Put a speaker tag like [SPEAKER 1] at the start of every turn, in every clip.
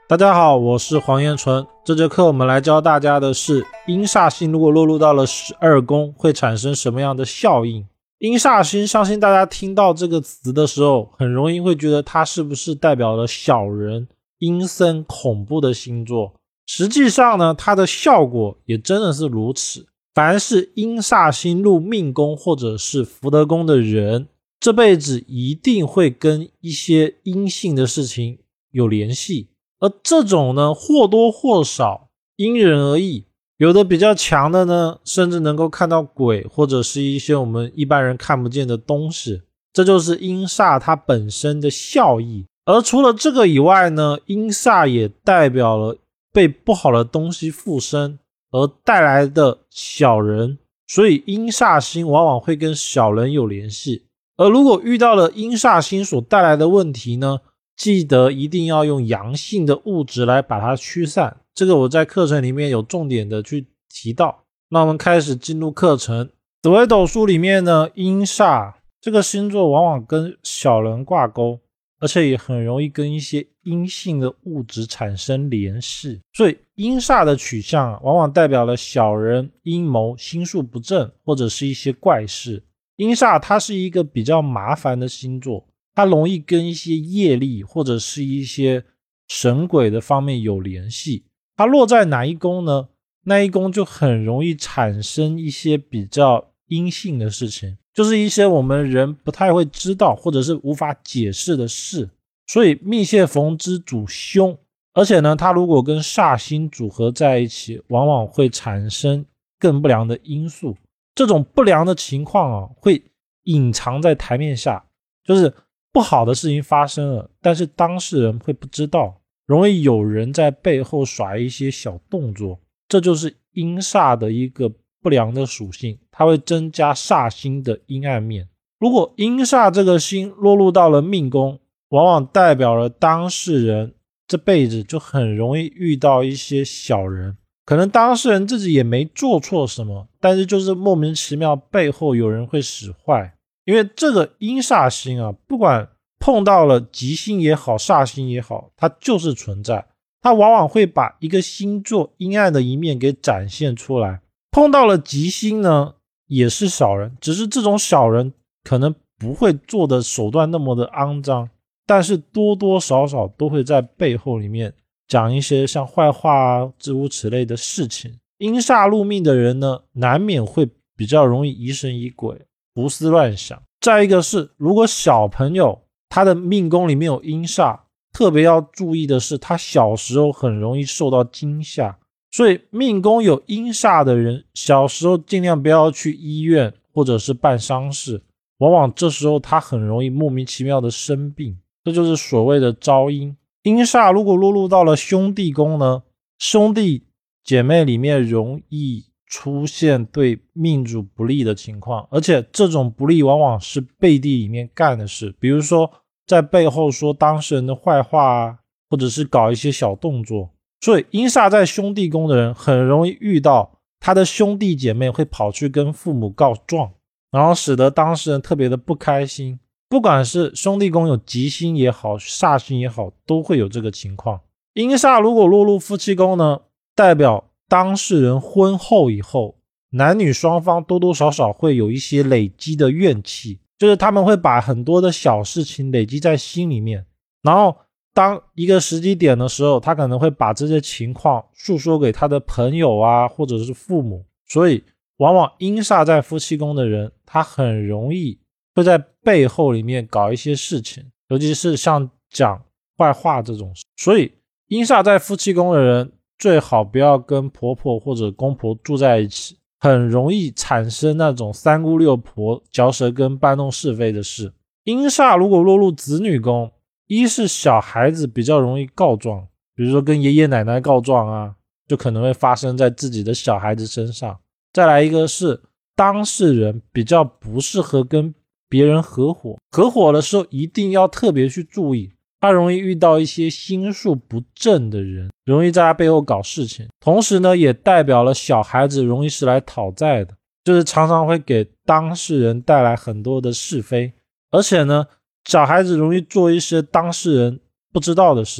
[SPEAKER 1] 大家好，我是黄彦纯。这节课我们来教大家的是阴煞星如果落入到了12宫会产生什么样的效应。阴煞星相信大家听到这个词的时候很容易会觉得它是不是代表了小人、阴森、恐怖的星座。实际上呢，它的效果也真的是如此。凡是阴煞星入命宫或者是福德宫的人，这辈子一定会跟一些阴性的事情有联系。而这种呢，或多或少因人而异，有的比较强的呢，甚至能够看到鬼，或者是一些我们一般人看不见的东西，这就是阴煞它本身的效益。而除了这个以外呢，阴煞也代表了被不好的东西附身而带来的小人，所以阴煞星往往会跟小人有联系。而如果遇到了阴煞星所带来的问题呢，记得一定要用阳性的物质来把它驱散，这个我在课程里面有重点的去提到。那我们开始进入课程。紫微斗数里面呢，阴煞这个星座往往跟小人挂钩，而且也很容易跟一些阴性的物质产生联系，所以阴煞的取向往往代表了小人、阴谋、心术不正，或者是一些怪事。阴煞它是一个比较麻烦的星座，它容易跟一些业力或者是一些神鬼的方面有联系。它落在哪一宫呢？那一宫就很容易产生一些比较阴性的事情，就是一些我们人不太会知道或者是无法解释的事。所以密蟹逢之主凶，而且呢，它如果跟煞星组合在一起，往往会产生更不良的因素。这种不良的情况会隐藏在台面下，就是不好的事情发生了，但是当事人会不知道，容易有人在背后耍一些小动作，这就是阴煞的一个不良的属性，它会增加煞星的阴暗面。如果阴煞这个星落入到了命宫，往往代表了当事人这辈子就很容易遇到一些小人，可能当事人自己也没做错什么，但是就是莫名其妙背后有人会使坏。因为这个阴煞星不管碰到了吉星也好，煞星也好，它就是存在，它往往会把一个星座阴暗的一面给展现出来。碰到了吉星呢，也是小人，只是这种小人可能不会做的手段那么的肮脏，但是多多少少都会在背后里面讲一些像坏话诸如此类的事情。阴煞入命的人呢，难免会比较容易疑神疑鬼，胡思乱想。再一个是，如果小朋友他的命宫里面有阴煞，特别要注意的是，他小时候很容易受到惊吓。所以命宫有阴煞的人，小时候尽量不要去医院或者是办丧事，往往这时候他很容易莫名其妙的生病，这就是所谓的招阴。阴煞如果落入到了兄弟宫呢，兄弟姐妹里面容易出现对命主不利的情况，而且这种不利往往是背地里面干的事，比如说在背后说当事人的坏话或者是搞一些小动作。所以阴煞在兄弟宫的人很容易遇到他的兄弟姐妹会跑去跟父母告状，然后使得当事人特别的不开心。不管是兄弟宫有吉星也好，煞星也好，都会有这个情况。阴煞如果落入夫妻宫呢，代表当事人婚后以后，男女双方多多少少会有一些累积的怨气，就是他们会把很多的小事情累积在心里面，然后当一个时机点的时候，他可能会把这些情况诉说给他的朋友或者是父母。所以往往阴煞在夫妻宫的人，他很容易会在背后里面搞一些事情，尤其是像讲坏话这种事。所以阴煞在夫妻宫的人最好不要跟婆婆或者公婆住在一起，很容易产生那种三姑六婆嚼舌根搬弄是非的事。阴煞如果落入子女宫，一是小孩子比较容易告状，比如说跟爷爷奶奶告状就可能会发生在自己的小孩子身上。再来一个是当事人比较不适合跟别人合伙，合伙的时候一定要特别去注意，他容易遇到一些心术不正的人，容易在他背后搞事情。同时呢，也代表了小孩子容易是来讨债的，就是常常会给当事人带来很多的是非。而且呢，小孩子容易做一些当事人不知道的事，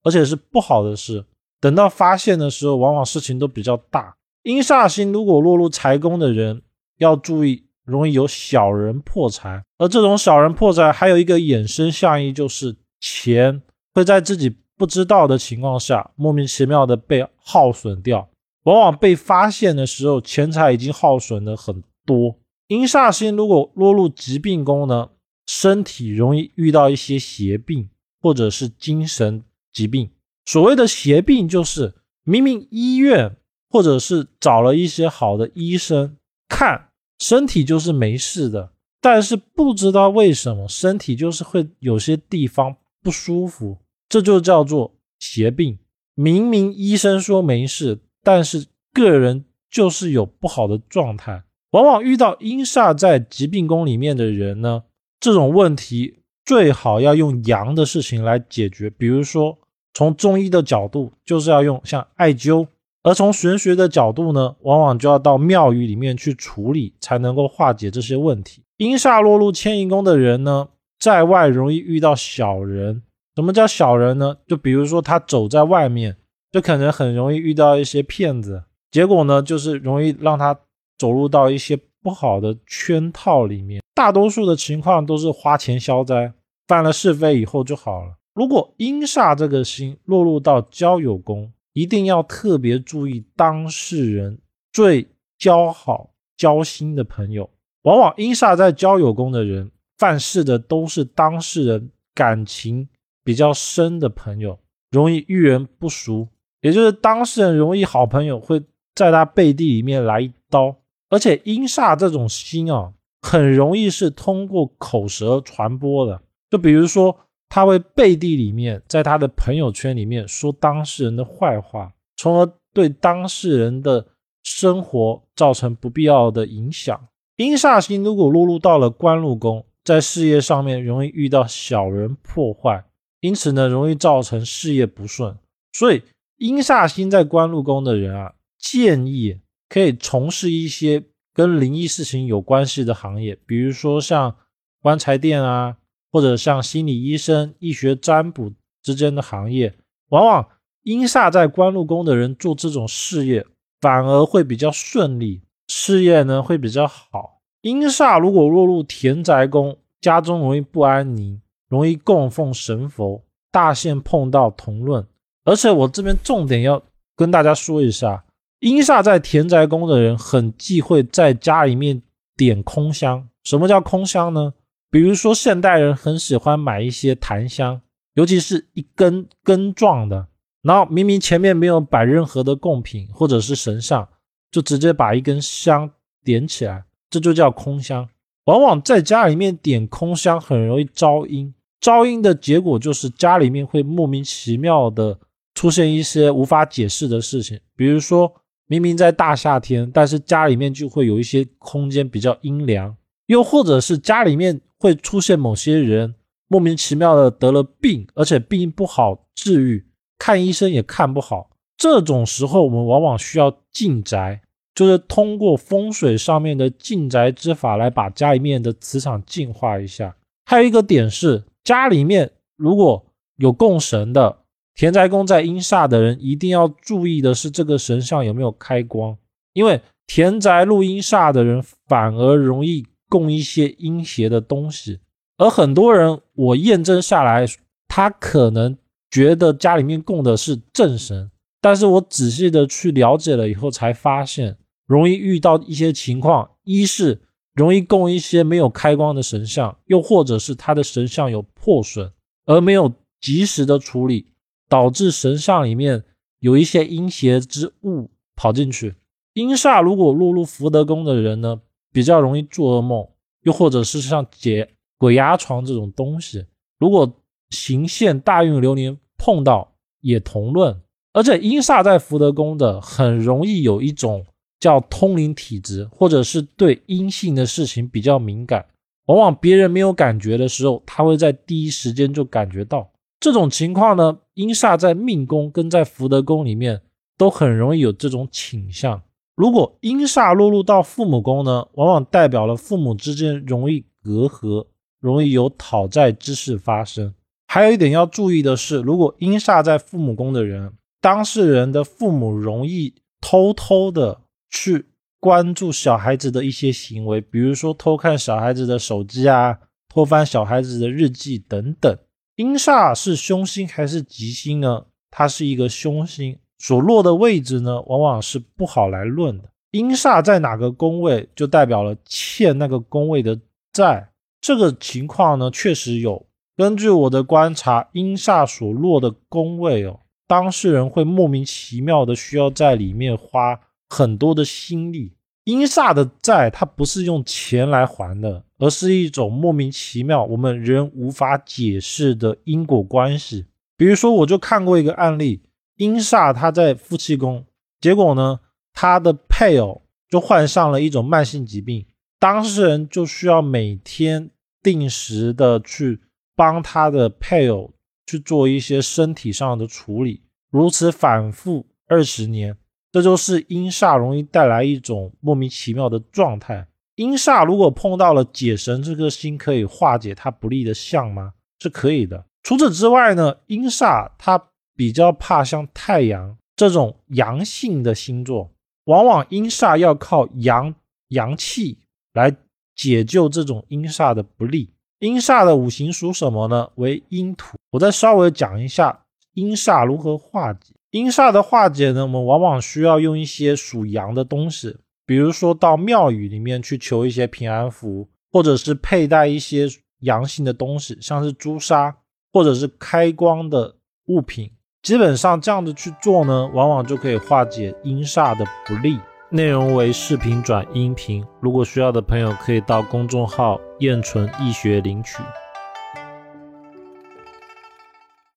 [SPEAKER 1] 而且是不好的事。等到发现的时候，往往事情都比较大。阴煞星如果落入财宫的人要注意，容易有小人破财。而这种小人破财还有一个衍生象意，就是钱会在自己不知道的情况下莫名其妙的被耗损掉，往往被发现的时候钱财已经耗损的很多。阴煞星如果落入疾病宫呢，身体容易遇到一些邪病或者是精神疾病。所谓的邪病就是明明医院或者是找了一些好的医生看，身体就是没事的，但是不知道为什么身体就是会有些地方不舒服，这就叫做邪病。明明医生说没事，但是个人就是有不好的状态。往往遇到阴煞在疾病宫里面的人呢，这种问题最好要用阳的事情来解决，比如说从中医的角度就是要用像艾灸，而从玄学的角度呢，往往就要到庙宇里面去处理，才能够化解这些问题。阴煞落入迁移宫的人呢，在外容易遇到小人。什么叫小人呢？就比如说他走在外面，就可能很容易遇到一些骗子，结果呢就是容易让他走入到一些不好的圈套里面。大多数的情况都是花钱消灾，犯了是非以后就好了。如果阴煞这个星落入到交友宫，一定要特别注意当事人最交好交心的朋友。往往阴煞在交友宫的人犯事的都是当事人感情比较深的朋友，容易遇人不淑，也就是当事人容易好朋友会在他背地里面来一刀。而且阴煞这种星很容易是通过口舌传播的，就比如说他会背地里面在他的朋友圈里面说当事人的坏话，从而对当事人的生活造成不必要的影响。阴煞星如果落入到了官禄宫，在事业上面容易遇到小人破坏，因此呢容易造成事业不顺。所以阴煞星在官禄宫的人建议可以从事一些跟灵异事情有关系的行业，比如说像棺材店或者像心理医生、医学占卜之间的行业。往往阴煞在官禄宫的人做这种事业反而会比较顺利，事业呢会比较好。阴煞如果落入田宅宫，家中容易不安宁，容易供奉神佛，大限碰到同论。而且我这边重点要跟大家说一下，阴煞在田宅宫的人很忌讳在家里面点空香。什么叫空香呢？比如说现代人很喜欢买一些檀香，尤其是一根根状的，然后明明前面没有摆任何的贡品或者是神像，就直接把一根香点起来，这就叫空香。往往在家里面点空香很容易招阴，招阴的结果就是家里面会莫名其妙的出现一些无法解释的事情。比如说明明在大夏天，但是家里面就会有一些空间比较阴凉，又或者是家里面会出现某些人莫名其妙的得了病，而且病不好治愈，看医生也看不好。这种时候我们往往需要进宅，就是通过风水上面的进宅之法来把家里面的磁场净化一下。还有一个点是，家里面如果有供神的，田宅宫在阴煞的人一定要注意的是这个神像有没有开光，因为田宅入阴煞的人反而容易供一些阴邪的东西。而很多人我验证下来，他可能觉得家里面供的是正神，但是我仔细的去了解了以后才发现，容易遇到一些情况，一是容易供一些没有开光的神像，又或者是他的神像有破损而没有及时的处理，导致神像里面有一些阴邪之物跑进去。阴煞如果落入福德宫的人呢，比较容易做噩梦，又或者是像解鬼压床这种东西，如果行限大运流年碰到也同论。而且阴煞在福德宫的很容易有一种叫通灵体质，或者是对阴性的事情比较敏感，往往别人没有感觉的时候，他会在第一时间就感觉到。这种情况呢，阴煞在命宫跟在福德宫里面都很容易有这种倾向。如果阴煞落入到父母宫呢，往往代表了父母之间容易隔阂，容易有讨债之事发生。 还有一点要注意的是，如果阴煞在父母宫的人，当事人的父母容易偷偷的去关注小孩子的一些行为，比如说偷看小孩子的手机啊，偷翻小孩子的日记等等。阴煞是凶星还是吉星呢？它是一个凶星，所落的位置呢，往往是不好来论的。阴煞在哪个宫位，就代表了欠那个宫位的债。这个情况呢，确实有。根据我的观察，阴煞所落的宫位当事人会莫名其妙的需要在里面花很多的心力。阴煞的债它不是用钱来还的，而是一种莫名其妙我们人无法解释的因果关系。比如说我就看过一个案例，阴煞他在夫妻宫，结果呢他的配偶就患上了一种慢性疾病，当事人就需要每天定时的去帮他的配偶去做一些身体上的处理，如此反复20年，这就是阴煞容易带来一种莫名其妙的状态。阴煞如果碰到了解神这颗星，可以化解它不利的相吗？是可以的。除此之外呢，阴煞它比较怕像太阳这种阳性的星座，往往阴煞要靠阳气来解救这种阴煞的不利。阴煞的五行属什么呢？为阴土。我再稍微讲一下阴煞如何化解。阴煞的化解呢，我们往往需要用一些属阳的东西，比如说到庙宇里面去求一些平安符，或者是佩戴一些阳性的东西，像是朱砂或者是开光的物品。基本上这样子去做呢，往往就可以化解阴煞的不利。内容为视频转音频，如果需要的朋友可以到公众号燕纯易学领取。